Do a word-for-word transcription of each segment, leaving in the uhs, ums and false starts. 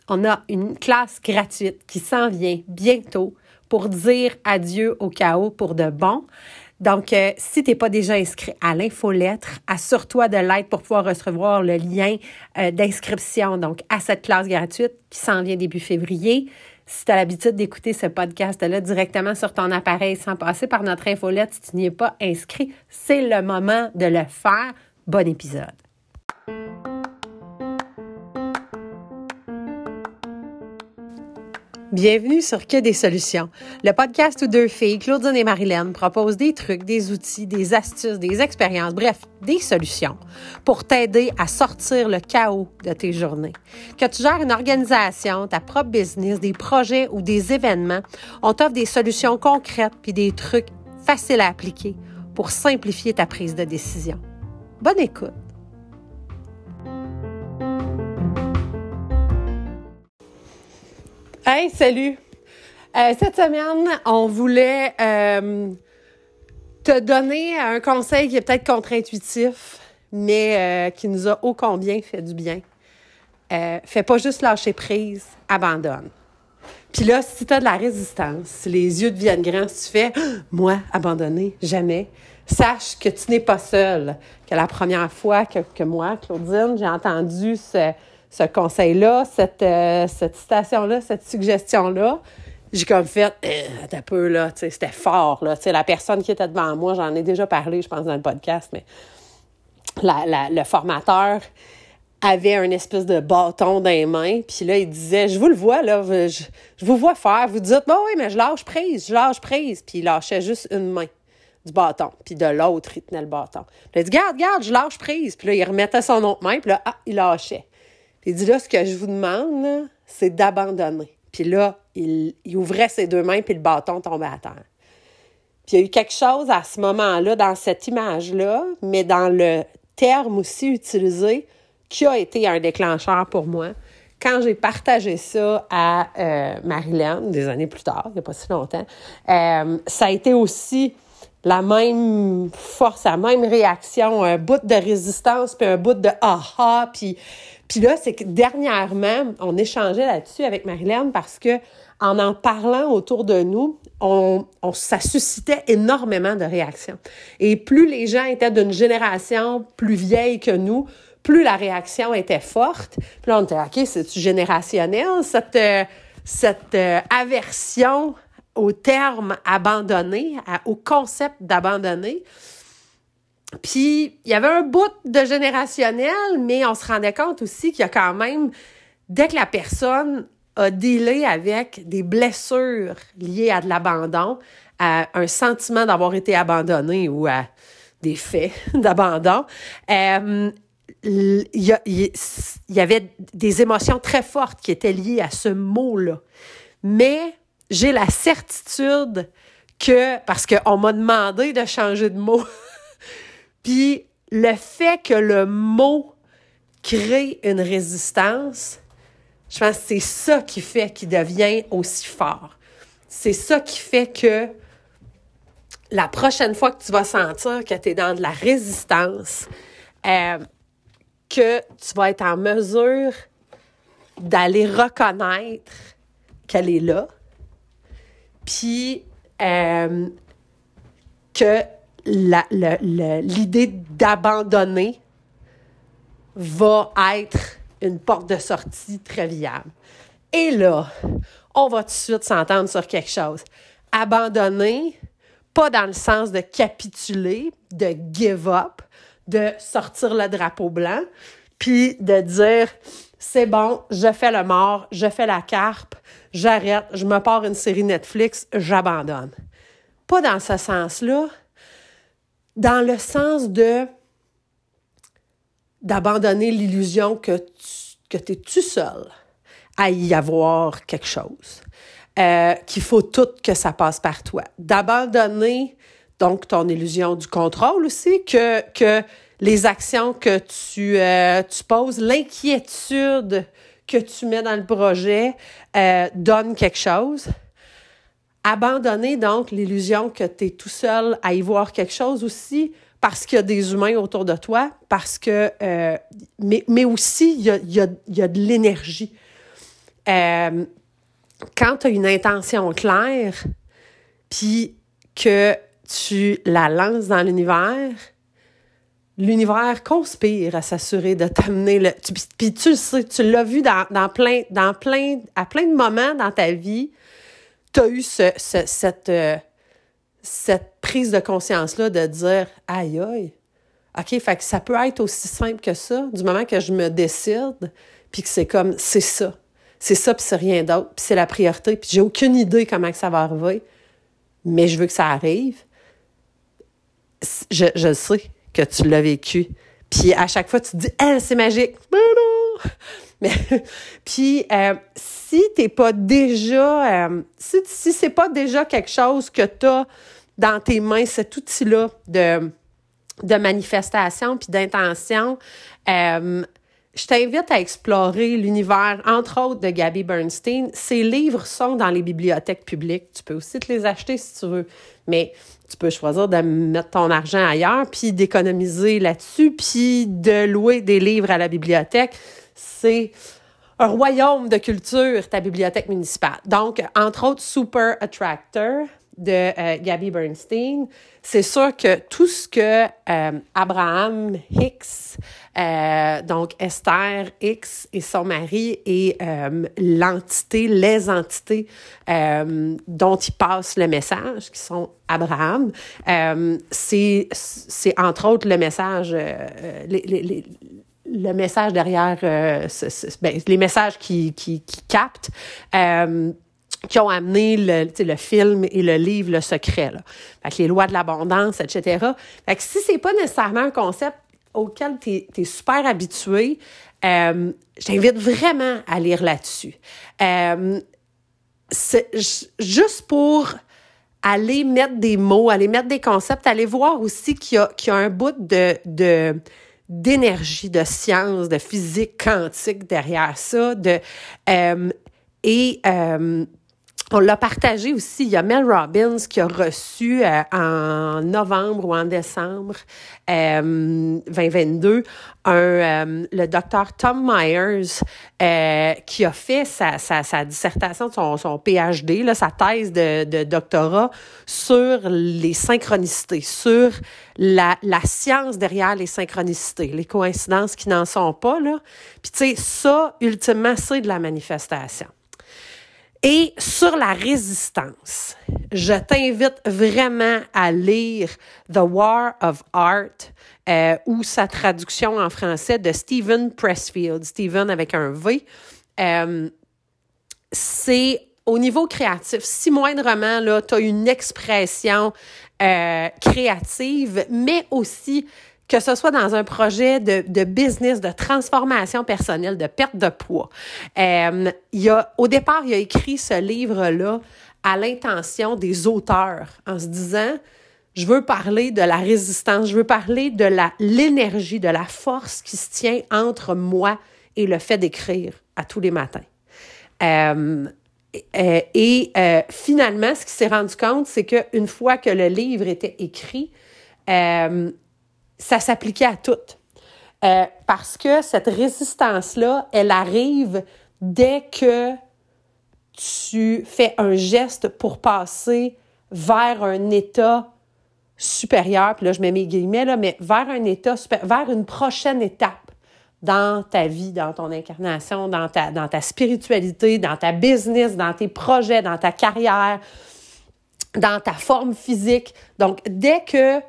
on a une classe gratuite qui s'en vient bientôt pour dire adieu au chaos pour de bon. Donc, euh, si tu n'es pas déjà inscrit à l'infolettre, assure-toi de l'être pour pouvoir recevoir le lien euh, d'inscription donc à cette classe gratuite qui s'en vient début février. Si tu as l'habitude d'écouter ce podcast-là directement sur ton appareil sans passer par notre infolette, si tu n'y es pas inscrit, c'est le moment de le faire. Bon épisode. Bienvenue sur Que des solutions, le podcast où deux filles, Claudine et Marilyn, proposent des trucs, des outils, des astuces, des expériences, bref, des solutions pour t'aider à sortir le chaos de tes journées. Que tu gères une organisation, ta propre business, des projets ou des événements, on t'offre des solutions concrètes puis des trucs faciles à appliquer pour simplifier ta prise de décision. Bonne écoute! Hey, salut! Euh, cette semaine, on voulait euh, te donner un conseil qui est peut-être contre-intuitif, mais euh, qui nous a ô combien fait du bien. Euh, fais pas juste lâcher prise, abandonne. Puis là, si tu as de la résistance, si les yeux deviennent grands, si tu fais « moi, abandonner, jamais », sache que tu n'es pas seule. Que la première fois que, que moi, Claudine, j'ai entendu ce... ce conseil-là, cette, euh, cette citation-là, cette suggestion-là, j'ai comme fait, euh, un peu, là, tu sais, c'était fort, là, tu sais, la personne qui était devant moi, j'en ai déjà parlé, je pense, dans le podcast, mais la, la, le formateur avait un espèce de bâton dans les mains, puis là, il disait, je vous le vois, là, je, je vous vois faire, vous dites, bon, oui, mais je lâche prise, je lâche prise, puis il lâchait juste une main du bâton, puis de l'autre, il tenait le bâton. Puis il dit, garde, garde, je lâche prise, puis là, il remettait son autre main, puis là, ah, il lâchait. Puis il dit là, ce que je vous demande, là, c'est d'abandonner. Puis là, il, il ouvrait ses deux mains, puis le bâton tombait à terre. Puis il y a eu quelque chose à ce moment-là, dans cette image-là, mais dans le terme aussi utilisé, qui a été un déclencheur pour moi. Quand j'ai partagé ça à euh, Marilyn, des années plus tard, il n'y a pas si longtemps, euh, ça a été aussi la même force, la même réaction, un bout de résistance, puis un bout de « aha », puis... Puis là, c'est que dernièrement, on échangeait là-dessus avec Marilyn parce que en en parlant autour de nous, on, on, ça suscitait énormément de réactions. Et plus les gens étaient d'une génération plus vieille que nous, plus la réaction était forte. Puis là, on était « OK, c'est-tu générationnel, cette, euh, cette euh, aversion au terme abandonné, à, au concept d'abandonner ». Puis, il y avait un bout de générationnel, mais on se rendait compte aussi qu'il y a quand même, dès que la personne a dealé avec des blessures liées à de l'abandon, à un sentiment d'avoir été abandonné ou à des faits d'abandon, euh, il y, a, il y avait des émotions très fortes qui étaient liées à ce mot-là. Mais j'ai la certitude que, parce qu'on m'a demandé de changer de mot, puis le fait que le mot crée une résistance, je pense que c'est ça qui fait qu'il devient aussi fort. C'est ça qui fait que la prochaine fois que tu vas sentir que tu es dans de la résistance, euh, que tu vas être en mesure d'aller reconnaître qu'elle est là, puis euh, que La, la, la, l'idée d'abandonner va être une porte de sortie très viable. Et là, on va tout de suite s'entendre sur quelque chose. Abandonner, pas dans le sens de capituler, de give up, de sortir le drapeau blanc, puis de dire, c'est bon, je fais le mort, je fais la carpe, j'arrête, je me pars une série Netflix, j'abandonne. Pas dans ce sens-là, dans le sens de d'abandonner l'illusion que tu que tu es tout seul à y avoir quelque chose, euh, qu'il faut tout que ça passe par toi. D'abandonner, donc, ton illusion du contrôle aussi, que, que les actions que tu, euh, tu poses, l'inquiétude que tu mets dans le projet euh, donne quelque chose. Abandonner, donc, l'illusion que tu es tout seul à y voir quelque chose aussi, parce qu'il y a des humains autour de toi, parce que, euh, mais, mais aussi, il y a, il y a, il y a de l'énergie. euh, quand tu as une intention claire, puis que tu la lances dans l'univers, l'univers conspire à s'assurer de t'amener le... Tu, puis tu le sais, tu l'as vu dans, dans plein, dans plein, à plein de moments dans ta vie, tu as eu ce, ce, cette, euh, cette prise de conscience-là de dire « Aïe, aïe, OK, fait que ça peut être aussi simple que ça, du moment que je me décide, puis que c'est comme, c'est ça. C'est ça, puis c'est rien d'autre, puis c'est la priorité, puis j'ai aucune idée comment que ça va arriver, mais je veux que ça arrive. » Je, je sais que tu l'as vécu. Puis à chaque fois, tu te dis « Ah, c'est magique! » Mais non! Mais, puis, euh, si t'es pas déjà... Euh, si, si c'est pas déjà quelque chose que t'as dans tes mains, cet outil-là de, de manifestation puis d'intention, euh, je t'invite à explorer l'univers, entre autres, de Gabby Bernstein. Ses livres sont dans les bibliothèques publiques. Tu peux aussi te les acheter si tu veux. Mais tu peux choisir de mettre ton argent ailleurs, puis d'économiser là-dessus, puis de louer des livres à la bibliothèque. C'est un royaume de culture, ta bibliothèque municipale. Donc, entre autres, Super Attractor de euh, Gabby Bernstein. C'est sûr que tout ce que euh, Abraham Hicks, euh, donc Esther Hicks et son mari et euh, l'entité, les entités euh, dont il passe le message, qui sont Abraham, euh, c'est, c'est entre autres le message, euh, les, les, les, le message derrière, euh, c'est, c'est, ben, les messages qui, qui, qui captent, euh, qui ont amené le, le film et le livre Le Secret, là. Fait que les lois de l'abondance, et cetera. Fait que si c'est pas nécessairement un concept auquel tu es super habitué, euh, je t'invite vraiment à lire là-dessus. Euh, c'est juste pour aller mettre des mots, aller mettre des concepts, aller voir aussi qu'il y a, qu'il y a un bout de, de d'énergie, de science, de physique quantique derrière ça, de euh, et euh, on l'a partagé aussi. Il y a Mel Robbins qui a reçu euh, en novembre ou en décembre euh, vingt vingt-deux un, euh, le docteur Tom Myers euh, qui a fait sa, sa, sa dissertation, son, son P H D, là, sa thèse de, de doctorat sur les synchronicités, sur la, la science derrière les synchronicités, les coïncidences qui n'en sont pas, là. Puis tu sais, ça, ultimement, c'est de la manifestation. Et sur la résistance, je t'invite vraiment à lire The War of Art, euh, ou sa traduction en français de Steven Pressfield, Steven avec un V. Euh, c'est au niveau créatif, si moindrement, là, tu as une expression euh, créative, mais aussi que ce soit dans un projet de, de business, de transformation personnelle, de perte de poids. Euh, il y a, au départ, il a écrit ce livre-là à l'intention des auteurs, en se disant, je veux parler de la résistance, je veux parler de la, l'énergie, de la force qui se tient entre moi et le fait d'écrire à tous les matins. Euh, et et euh, finalement, ce qu'il s'est rendu compte, c'est qu'une fois que le livre était écrit, euh, ça s'appliquait à toutes. Euh, parce que cette résistance-là, elle arrive dès que tu fais un geste pour passer vers un état supérieur, puis là, je mets mes guillemets, là, mais vers un état supérieur, vers une prochaine étape dans ta vie, dans ton incarnation, dans ta, dans ta spiritualité, dans ta business, dans tes projets, dans ta carrière, dans ta forme physique. Donc, dès que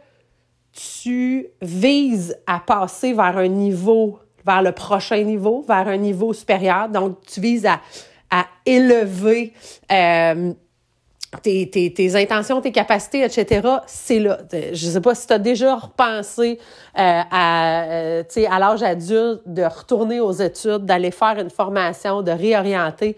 tu vises à passer vers un niveau, vers le prochain niveau, vers un niveau supérieur. Donc, tu vises à, à élever euh, tes, tes, tes intentions, tes capacités, et cetera. C'est là. Je ne sais pas si tu as déjà repensé euh, à, euh, tu sais, à l'âge adulte de retourner aux études, d'aller faire une formation, de réorienter.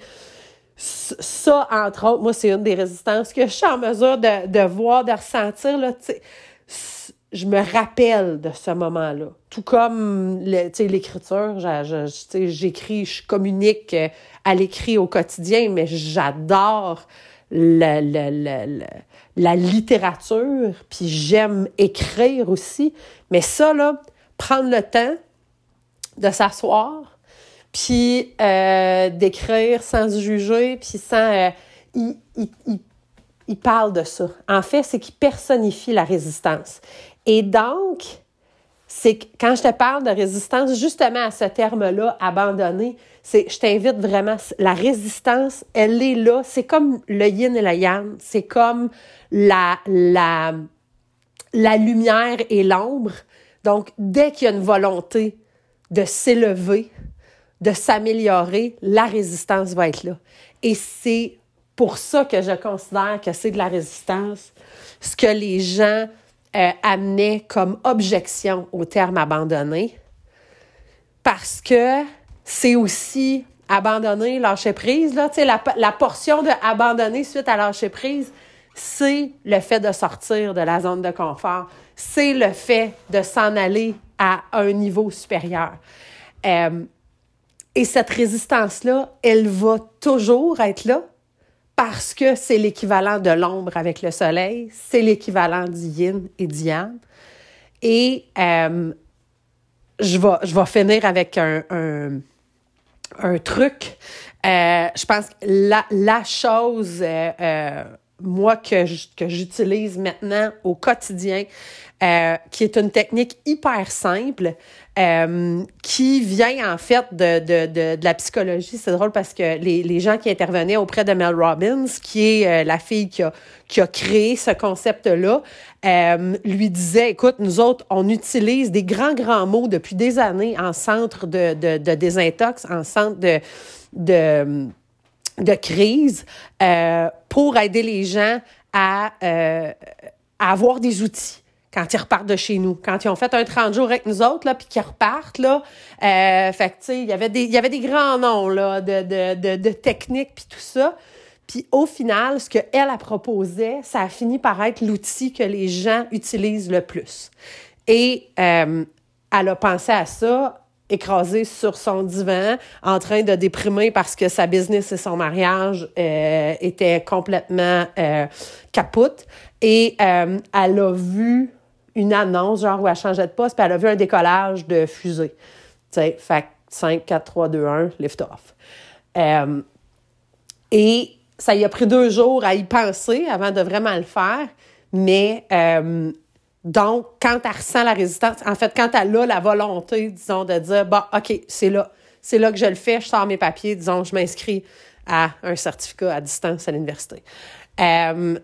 Ça, entre autres, moi, c'est une des résistances que je suis en mesure de, de voir, de ressentir, là, tu sais. Je me rappelle de ce moment-là. Tout comme le, l'écriture, je, je, j'écris, je communique à l'écrit au quotidien, mais j'adore le, le, le, le, la littérature, puis j'aime écrire aussi. Mais ça, là, prendre le temps de s'asseoir, puis euh, d'écrire sans se juger, puis sans... Euh, il, il, il, il parle de ça. En fait, c'est qu'il personnifie la résistance. Et donc, c'est que quand je te parle de résistance, justement à ce terme-là, abandonner, c'est, je t'invite vraiment, la résistance, elle est là, c'est comme le yin et le yang, c'est comme la, la, la lumière et l'ombre. Donc, dès qu'il y a une volonté de s'élever, de s'améliorer, la résistance va être là. Et c'est pour ça que je considère que c'est de la résistance, ce que les gens euh, amenaient comme objection au terme abandonner, parce que c'est aussi abandonner, lâcher prise. Là, tu sais, la, la portion de abandonner suite à lâcher prise, c'est le fait de sortir de la zone de confort. C'est le fait de s'en aller à un niveau supérieur. Euh, et cette résistance-là, elle va toujours être là parce que c'est l'équivalent de l'ombre avec le soleil, c'est l'équivalent du yin et du yang. Et euh, je vais, je vais finir avec un, un, un truc. Euh, je pense que la, la chose, euh, euh, moi, que, que j'utilise maintenant au quotidien, euh, qui est une technique hyper simple, euh, qui vient en fait de, de, de, de la psychologie. C'est drôle parce que les, les gens qui intervenaient auprès de Mel Robbins, qui est euh, la fille qui a, qui a créé ce concept-là, euh, lui disaient, écoute, nous autres, on utilise des grands, grands mots depuis des années en centre de, de, de désintox, en centre de... de de crise euh, pour aider les gens à, euh, à avoir des outils quand ils repartent de chez nous. Quand ils ont fait un trente jours avec nous autres, là, puis qu'ils repartent, là, euh, fait que, tu sais, il y avait des, il y avait des grands noms, là, de, de, de, de techniques, puis tout ça. Puis au final, ce qu'elle a proposé, ça a fini par être l'outil que les gens utilisent le plus. Et euh, elle a pensé à ça, écrasée sur son divan, en train de déprimer parce que sa business et son mariage euh, étaient complètement euh, capotes. Et euh, elle a vu une annonce, genre où elle changeait de poste, puis elle a vu un décollage de fusée. Tu sais, fait cinq, quatre, trois, deux, un, lift off. Euh, et ça y a pris deux jours à y penser avant de vraiment le faire, mais... Euh, Donc, quand elle ressent la résistance, en fait, quand elle a la volonté, disons, de dire, bon, OK, c'est là, c'est là que je le fais, je sors mes papiers, disons, je m'inscris à un certificat à distance à l'université. Euh,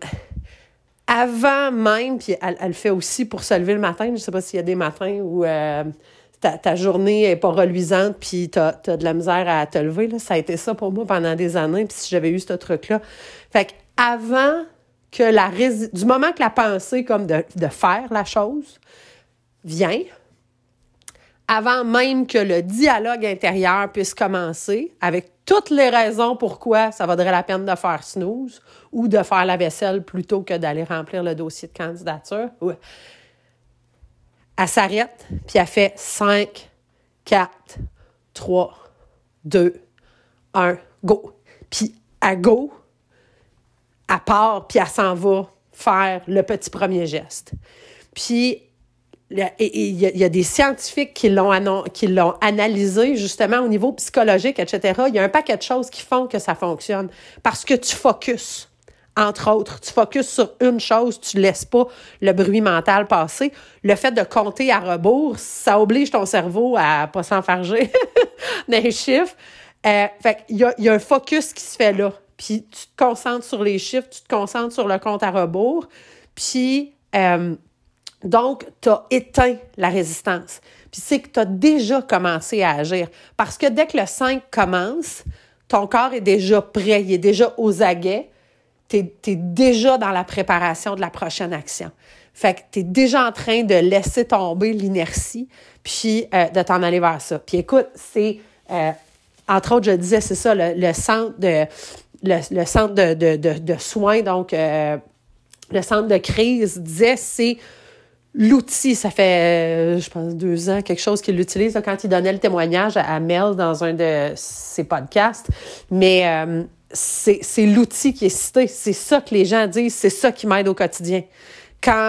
avant même, puis elle, elle le fait aussi pour se lever le matin, je ne sais pas s'il y a des matins où euh, ta, ta journée n'est pas reluisante, puis tu as de la misère à te lever, là. Ça a été ça pour moi pendant des années, puis si j'avais eu ce truc-là. Fait qu'avant... que la rési- du moment que la pensée comme de, de faire la chose vient, avant même que le dialogue intérieur puisse commencer, avec toutes les raisons pourquoi ça vaudrait la peine de faire snooze ou de faire la vaisselle plutôt que d'aller remplir le dossier de candidature, ouais. Elle s'arrête, puis elle fait cinq, quatre, trois, deux, un, go. Puis à go, elle part, puis elle s'en va faire le petit premier geste. Puis, il y, y a des scientifiques qui l'ont, anon- qui l'ont analysé, justement, au niveau psychologique, et cetera. Il y a un paquet de choses qui font que ça fonctionne. Parce que tu focuses, entre autres. Tu focuses sur une chose, tu ne laisses pas le bruit mental passer. Le fait de compter à rebours, ça oblige ton cerveau à pas s'enfarger dans les chiffres. Euh, fait qu'il y a, il y a un focus qui se fait là. Puis tu te concentres sur les chiffres, tu te concentres sur le compte à rebours. Puis, euh, donc, tu as éteint la résistance. Puis c'est que tu as déjà commencé à agir. Parce que dès que le cinq commence, ton corps est déjà prêt, il est déjà aux aguets. Tu es déjà dans la préparation de la prochaine action. Fait que tu es déjà en train de laisser tomber l'inertie, puis euh, de t'en aller vers ça. Puis écoute, c'est... Euh, entre autres, je disais, c'est ça, le, le centre de... Le, le centre de, de, de, de soins, donc euh, le centre de crise, disait c'est l'outil. Ça fait, euh, je pense, deux ans, quelque chose qu'il utilise là, quand il donnait le témoignage à, à Mel dans un de ses podcasts. Mais euh, c'est, c'est l'outil qui est cité. C'est ça que les gens disent, c'est ça qui m'aide au quotidien. Quand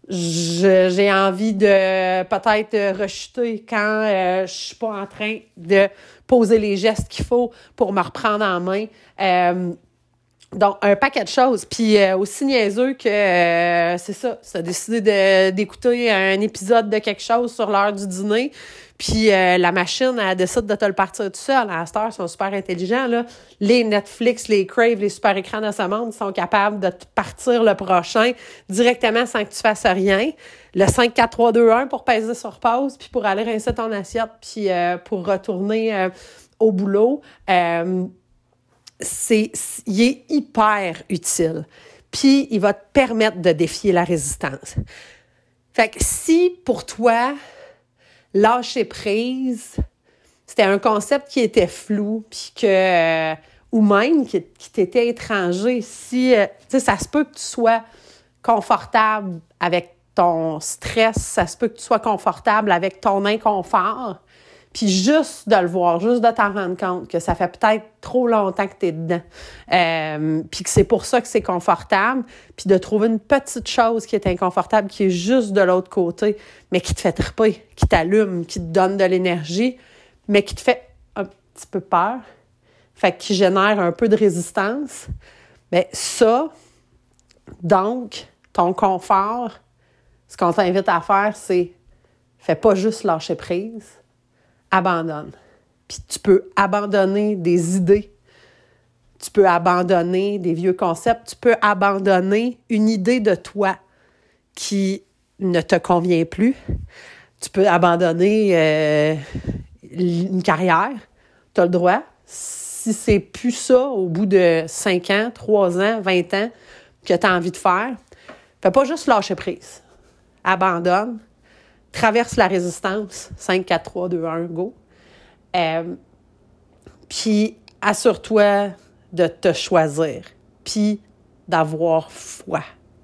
je, j'ai envie de peut-être rechuter quand euh, je suis pas en train de poser les gestes qu'il faut pour me reprendre en main. Euh, donc, un paquet de choses. Puis euh, aussi niaiseux que, euh, c'est ça, ça a décidé de, d'écouter un épisode de quelque chose sur l'heure du dîner. Puis euh, la machine, elle décide de te le partir tout seul. À cette heure, ils sont super intelligents, là. Les Netflix, les Crave, les super écrans de ce monde sont capables de te partir le prochain directement sans que tu fasses rien. Le cinq, quatre, trois, deux, un pour peser sur pause, puis pour aller rincer ton assiette, puis euh, pour retourner euh, au boulot. Euh, c'est, il est hyper utile. Puis il va te permettre de défier la résistance. Fait que si, pour toi, lâcher prise, c'était un concept qui était flou, puis que, euh, ou même qui, qui t'était étranger. Si, euh, tu sais, ça se peut que tu sois confortable avec ton stress, ça se peut que tu sois confortable avec ton inconfort, puis juste de le voir, juste de t'en rendre compte que ça fait peut-être trop longtemps que t'es dedans, euh, puis que c'est pour ça que c'est confortable, puis de trouver une petite chose qui est inconfortable, qui est juste de l'autre côté, mais qui te fait triper, qui t'allume, qui te donne de l'énergie, mais qui te fait un petit peu peur, fait qui génère un peu de résistance. Bien, ça, donc, ton confort, ce qu'on t'invite à faire, c'est fais pas juste lâcher prise, abandonne. Puis tu peux abandonner des idées, tu peux abandonner des vieux concepts, tu peux abandonner une idée de toi qui ne te convient plus. Tu peux abandonner euh, une carrière, tu as le droit. Si c'est plus ça au bout de cinq ans, trois ans, vingt ans que tu as envie de faire, fais pas juste lâcher prise. Abandonne. Traverse la résistance. cinq, quatre, trois, deux, un, go. Euh, puis, assure-toi de te choisir. Puis, d'avoir foi.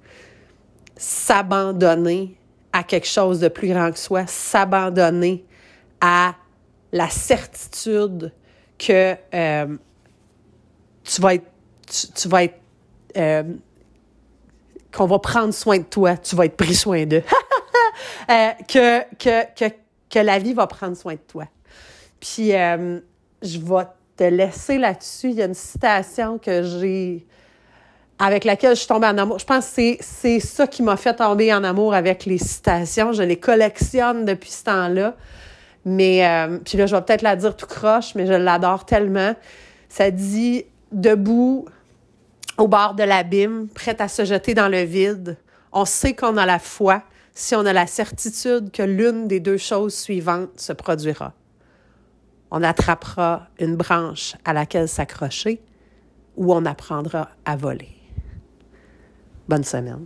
S'abandonner à quelque chose de plus grand que soi. S'abandonner à la certitude que euh, tu vas être... Tu, tu vas être euh, qu'on va prendre soin de toi. Tu vas être pris soin d'eux. Euh, que, que, que, que la vie va prendre soin de toi. Puis, euh, je vais te laisser là-dessus. Il y a une citation que j'ai, avec laquelle je suis tombée en amour. Je pense que c'est, c'est ça qui m'a fait tomber en amour avec les citations. Je les collectionne depuis ce temps-là. Mais, euh, puis là, je vais peut-être la dire tout croche, mais je l'adore tellement. Ça dit « Debout au bord de l'abîme, prête à se jeter dans le vide, on sait qu'on a la foi. Si on a la certitude que l'une des deux choses suivantes se produira. On attrapera une branche à laquelle s'accrocher ou on apprendra à voler. » Bonne semaine.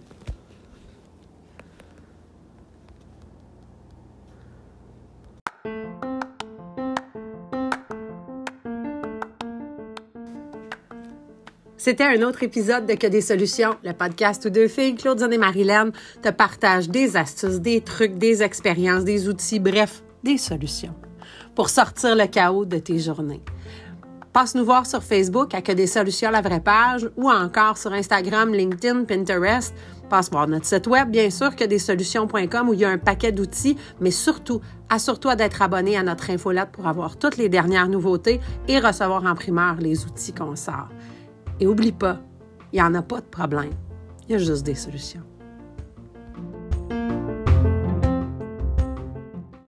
C'était un autre épisode de Que des solutions, le podcast où deux filles, Claudine et Marilyn, te partagent des astuces, des trucs, des expériences, des outils, bref, des solutions pour sortir le chaos de tes journées. Passe nous voir sur Facebook à Que des solutions, la vraie page, ou encore sur Instagram, LinkedIn, Pinterest. Passe voir notre site web, bien sûr, que des solutions point com où il y a un paquet d'outils, mais surtout, assure-toi d'être abonné à notre infolette pour avoir toutes les dernières nouveautés et recevoir en primeur les outils qu'on sort. Et oublie pas, il n'y en a pas de problème. Il y a juste des solutions.